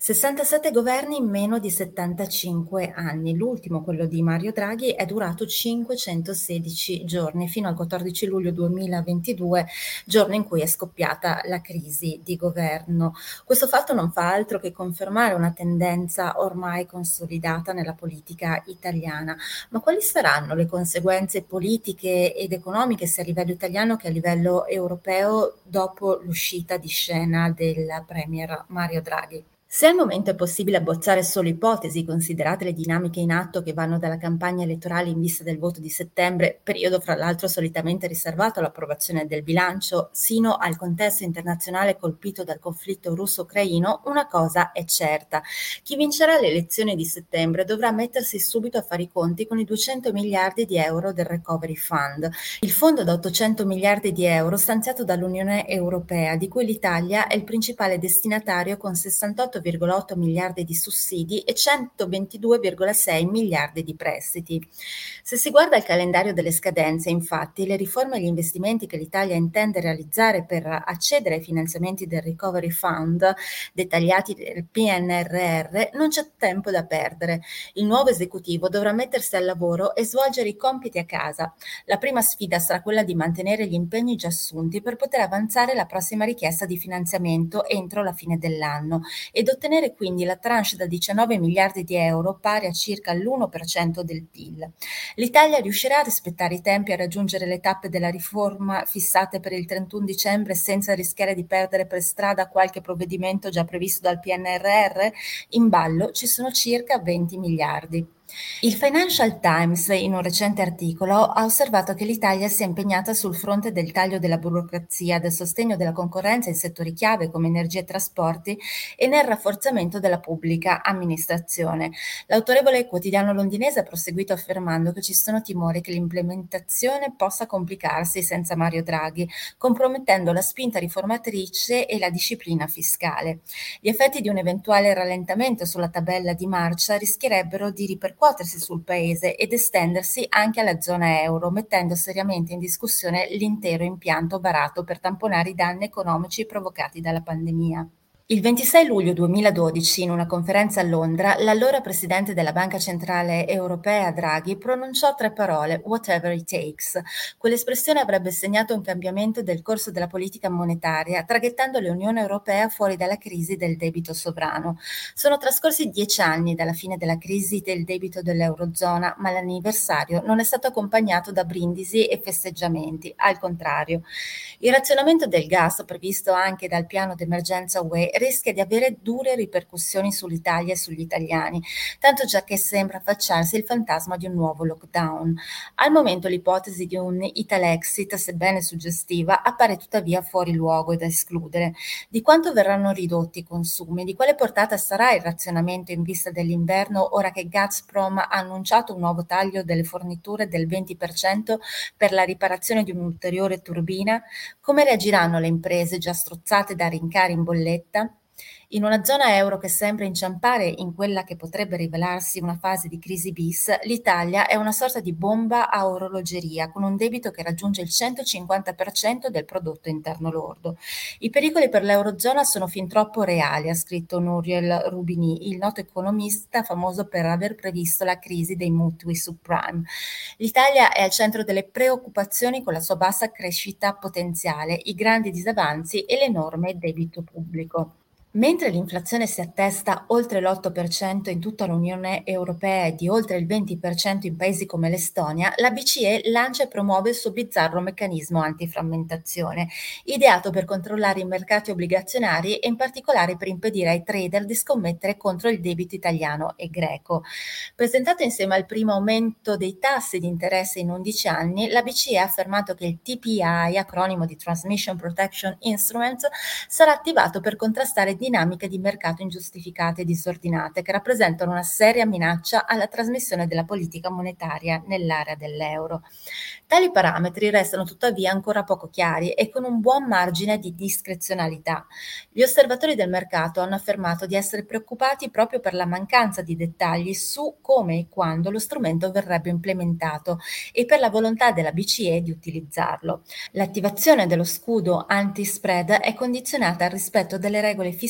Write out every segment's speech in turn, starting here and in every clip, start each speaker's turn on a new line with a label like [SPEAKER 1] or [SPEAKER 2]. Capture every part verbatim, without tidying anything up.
[SPEAKER 1] sessantasette governi in meno di settantacinque anni. L'ultimo, quello di Mario Draghi, è durato cinquecentosedici giorni, fino al quattordici luglio duemilaventidue, giorno in cui è scoppiata la crisi di governo. Questo fatto non fa altro che confermare una tendenza ormai consolidata nella politica italiana. Ma quali saranno le conseguenze politiche ed economiche, sia a livello italiano che a livello europeo, dopo l'uscita di scena del premier Mario Draghi? Se al momento è possibile abbozzare solo ipotesi, considerate le dinamiche in atto che vanno dalla campagna elettorale in vista del voto di settembre, periodo fra l'altro solitamente riservato all'approvazione del bilancio, sino al contesto internazionale colpito dal conflitto russo-ucraino, una cosa è certa: chi vincerà le elezioni di settembre dovrà mettersi subito a fare i conti con i duecento miliardi di euro del Recovery Fund, il fondo da ottocento miliardi di euro stanziato dall'Unione Europea, di cui l'Italia è il principale destinatario con sessantotto virgola otto miliardi di sussidi e centoventidue virgola sei miliardi di prestiti. Se si guarda il calendario delle scadenze, infatti, le riforme e gli investimenti che l'Italia intende realizzare per accedere ai finanziamenti del Recovery Fund, dettagliati nel P N R R, non c'è tempo da perdere. Il nuovo esecutivo dovrà mettersi al lavoro e svolgere i compiti a casa. La prima sfida sarà quella di mantenere gli impegni già assunti per poter avanzare la prossima richiesta di finanziamento entro la fine dell'anno ed ottenere quindi la tranche da diciannove miliardi di euro, pari a circa l'uno per cento del P I L. L'Italia riuscirà a rispettare i tempi e a raggiungere le tappe della riforma fissate per il trentuno dicembre senza rischiare di perdere per strada qualche provvedimento già previsto dal P N R R? In ballo ci sono circa venti miliardi. Il Financial Times, in un recente articolo, ha osservato che l'Italia si è impegnata sul fronte del taglio della burocrazia, del sostegno della concorrenza in settori chiave come energia e trasporti e nel rafforzamento della pubblica amministrazione. L'autorevole quotidiano londinese ha proseguito affermando che ci sono timori che l'implementazione possa complicarsi senza Mario Draghi, compromettendo la spinta riformatrice e la disciplina fiscale. Gli effetti di un eventuale rallentamento sulla tabella di marcia rischierebbero di ripercuotersi sul paese ed estendersi anche alla zona euro, mettendo seriamente in discussione l'intero impianto varato per tamponare i danni economici provocati dalla pandemia. Il ventisei luglio duemiladodici, in una conferenza a Londra, l'allora presidente della Banca Centrale Europea Draghi pronunciò tre parole: "whatever it takes". Quell'espressione avrebbe segnato un cambiamento del corso della politica monetaria, traghettando l'Unione Europea fuori dalla crisi del debito sovrano. Sono trascorsi dieci anni dalla fine della crisi del debito dell'Eurozona, ma l'anniversario non è stato accompagnato da brindisi e festeggiamenti, al contrario. Il razionamento del gas, previsto anche dal piano d'emergenza U E, rischia di avere dure ripercussioni sull'Italia e sugli italiani, tanto già che sembra affacciarsi il fantasma di un nuovo lockdown. Al momento l'ipotesi di un Italexit, sebbene suggestiva, appare tuttavia fuori luogo e da escludere. Di quanto verranno ridotti i consumi? Di quale portata sarà il razionamento in vista dell'inverno, ora che Gazprom ha annunciato un nuovo taglio delle forniture del venti per cento per la riparazione di un'ulteriore turbina? Come reagiranno le imprese già strozzate da rincari in bolletta? In una zona euro che sembra inciampare in quella che potrebbe rivelarsi una fase di crisi bis, l'Italia è una sorta di bomba a orologeria, con un debito che raggiunge il centocinquanta per cento del prodotto interno lordo. I pericoli per l'Eurozona sono fin troppo reali, ha scritto Nouriel Roubini, il noto economista famoso per aver previsto la crisi dei mutui subprime. L'Italia è al centro delle preoccupazioni con la sua bassa crescita potenziale, i grandi disavanzi e l'enorme debito pubblico. Mentre l'inflazione si attesta oltre l'otto per cento in tutta l'Unione Europea e di oltre il venti per cento in paesi come l'Estonia, la B C E lancia e promuove il suo bizzarro meccanismo antiframmentazione, ideato per controllare i mercati obbligazionari e in particolare per impedire ai trader di scommettere contro il debito italiano e greco. Presentato insieme al primo aumento dei tassi di interesse in undici anni, la B C E ha affermato che il T P I, acronimo di Transmission Protection Instrument, sarà attivato per contrastare dinamiche di mercato ingiustificate e disordinate che rappresentano una seria minaccia alla trasmissione della politica monetaria nell'area dell'euro. Tali parametri restano tuttavia ancora poco chiari e con un buon margine di discrezionalità. Gli osservatori del mercato hanno affermato di essere preoccupati proprio per la mancanza di dettagli su come e quando lo strumento verrebbe implementato e per la volontà della B C E di utilizzarlo. L'attivazione dello scudo anti-spread è condizionata al rispetto delle regole fiscali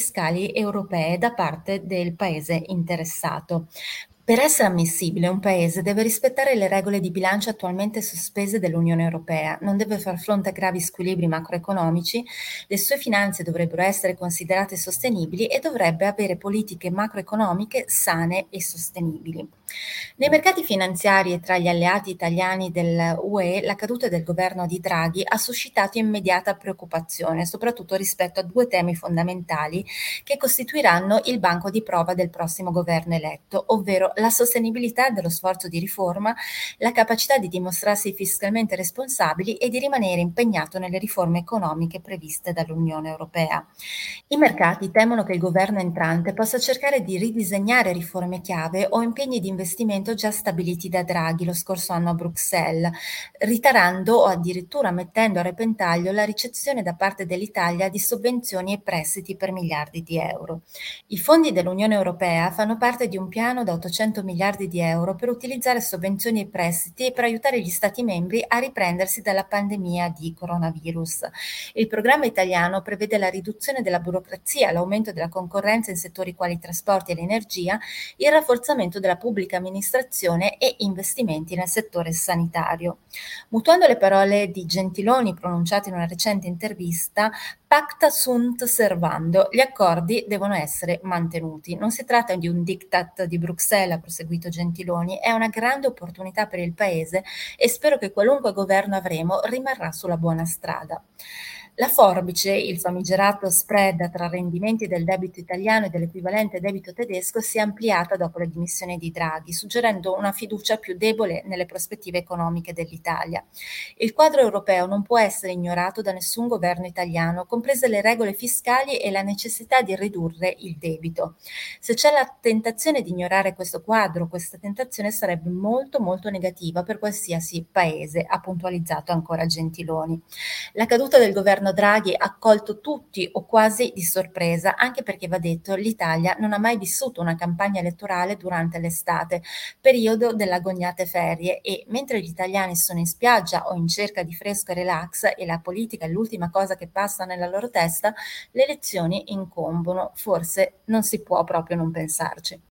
[SPEAKER 1] fiscali europee da parte del paese interessato. Per essere ammissibile, un paese deve rispettare le regole di bilancio attualmente sospese dell'Unione Europea, non deve far fronte a gravi squilibri macroeconomici, le sue finanze dovrebbero essere considerate sostenibili e dovrebbe avere politiche macroeconomiche sane e sostenibili. Nei mercati finanziari e tra gli alleati italiani dell'U E, la caduta del governo di Draghi ha suscitato immediata preoccupazione, soprattutto rispetto a due temi fondamentali che costituiranno il banco di prova del prossimo governo eletto, ovvero la sostenibilità dello sforzo di riforma, la capacità di dimostrarsi fiscalmente responsabili e di rimanere impegnato nelle riforme economiche previste dall'Unione Europea. I mercati temono che il governo entrante possa cercare di ridisegnare riforme chiave o impegni di investimento già stabiliti da Draghi lo scorso anno a Bruxelles, ritarando o addirittura mettendo a repentaglio la ricezione da parte dell'Italia di sovvenzioni e prestiti per miliardi di euro. I fondi dell'Unione Europea fanno parte di un piano da ottocento miliardi di euro per utilizzare sovvenzioni e prestiti per aiutare gli Stati membri a riprendersi dalla pandemia di coronavirus. Il programma italiano prevede la riduzione della burocrazia, l'aumento della concorrenza in settori quali i trasporti e l'energia, il rafforzamento della pubblica amministrazione e investimenti nel settore sanitario. Mutuando le parole di Gentiloni pronunciate in una recente intervista, pacta sunt servando, gli accordi devono essere mantenuti. Non si tratta di un diktat di Bruxelles, ha proseguito Gentiloni, è una grande opportunità per il Paese e spero che qualunque governo avremo rimarrà sulla buona strada. La forbice, il famigerato spread tra rendimenti del debito italiano e dell'equivalente debito tedesco, si è ampliata dopo le dimissioni di Draghi, suggerendo una fiducia più debole nelle prospettive economiche dell'Italia. Il quadro europeo non può essere ignorato da nessun governo italiano, comprese le regole fiscali e la necessità di ridurre il debito. Se c'è la tentazione di ignorare questo quadro, questa tentazione sarebbe molto molto negativa per qualsiasi paese, ha puntualizzato ancora Gentiloni. La caduta del governo Draghi ha colto tutti o quasi di sorpresa, anche perché va detto l'Italia non ha mai vissuto una campagna elettorale durante l'estate, periodo delle agognate ferie, e mentre gli italiani sono in spiaggia o in cerca di fresco e relax e la politica è l'ultima cosa che passa nella loro testa, le elezioni incombono, forse non si può proprio non pensarci.